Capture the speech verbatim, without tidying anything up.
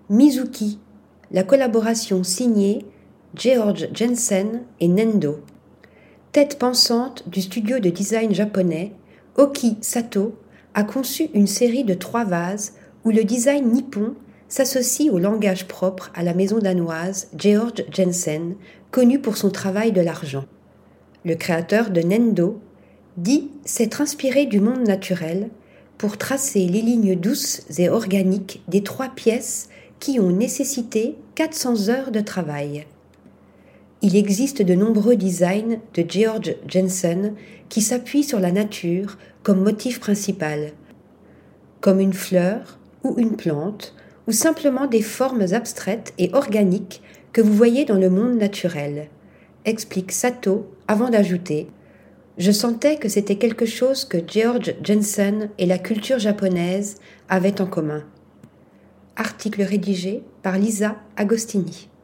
Mizuki, la collaboration signée Georg Jensen et Nendo. Tête pensante du studio de design japonais, Oki Sato a conçu une série de trois vases où le design nippon s'associe au langage propre à la maison danoise Georg Jensen, connu pour son travail de l'argent. Le créateur de Nendo dit s'être inspiré du monde naturel pour tracer les lignes douces et organiques des trois pièces qui ont nécessité quatre cents heures de travail. Il existe de nombreux designs de Georg Jensen qui s'appuient sur la nature comme motif principal, comme une fleur ou une plante, ou simplement des formes abstraites et organiques que vous voyez dans le monde naturel, explique Sato avant d'ajouter « Je sentais que c'était quelque chose que Georg Jensen et la culture japonaise avaient en commun. » Article rédigé par Lisa Agostini.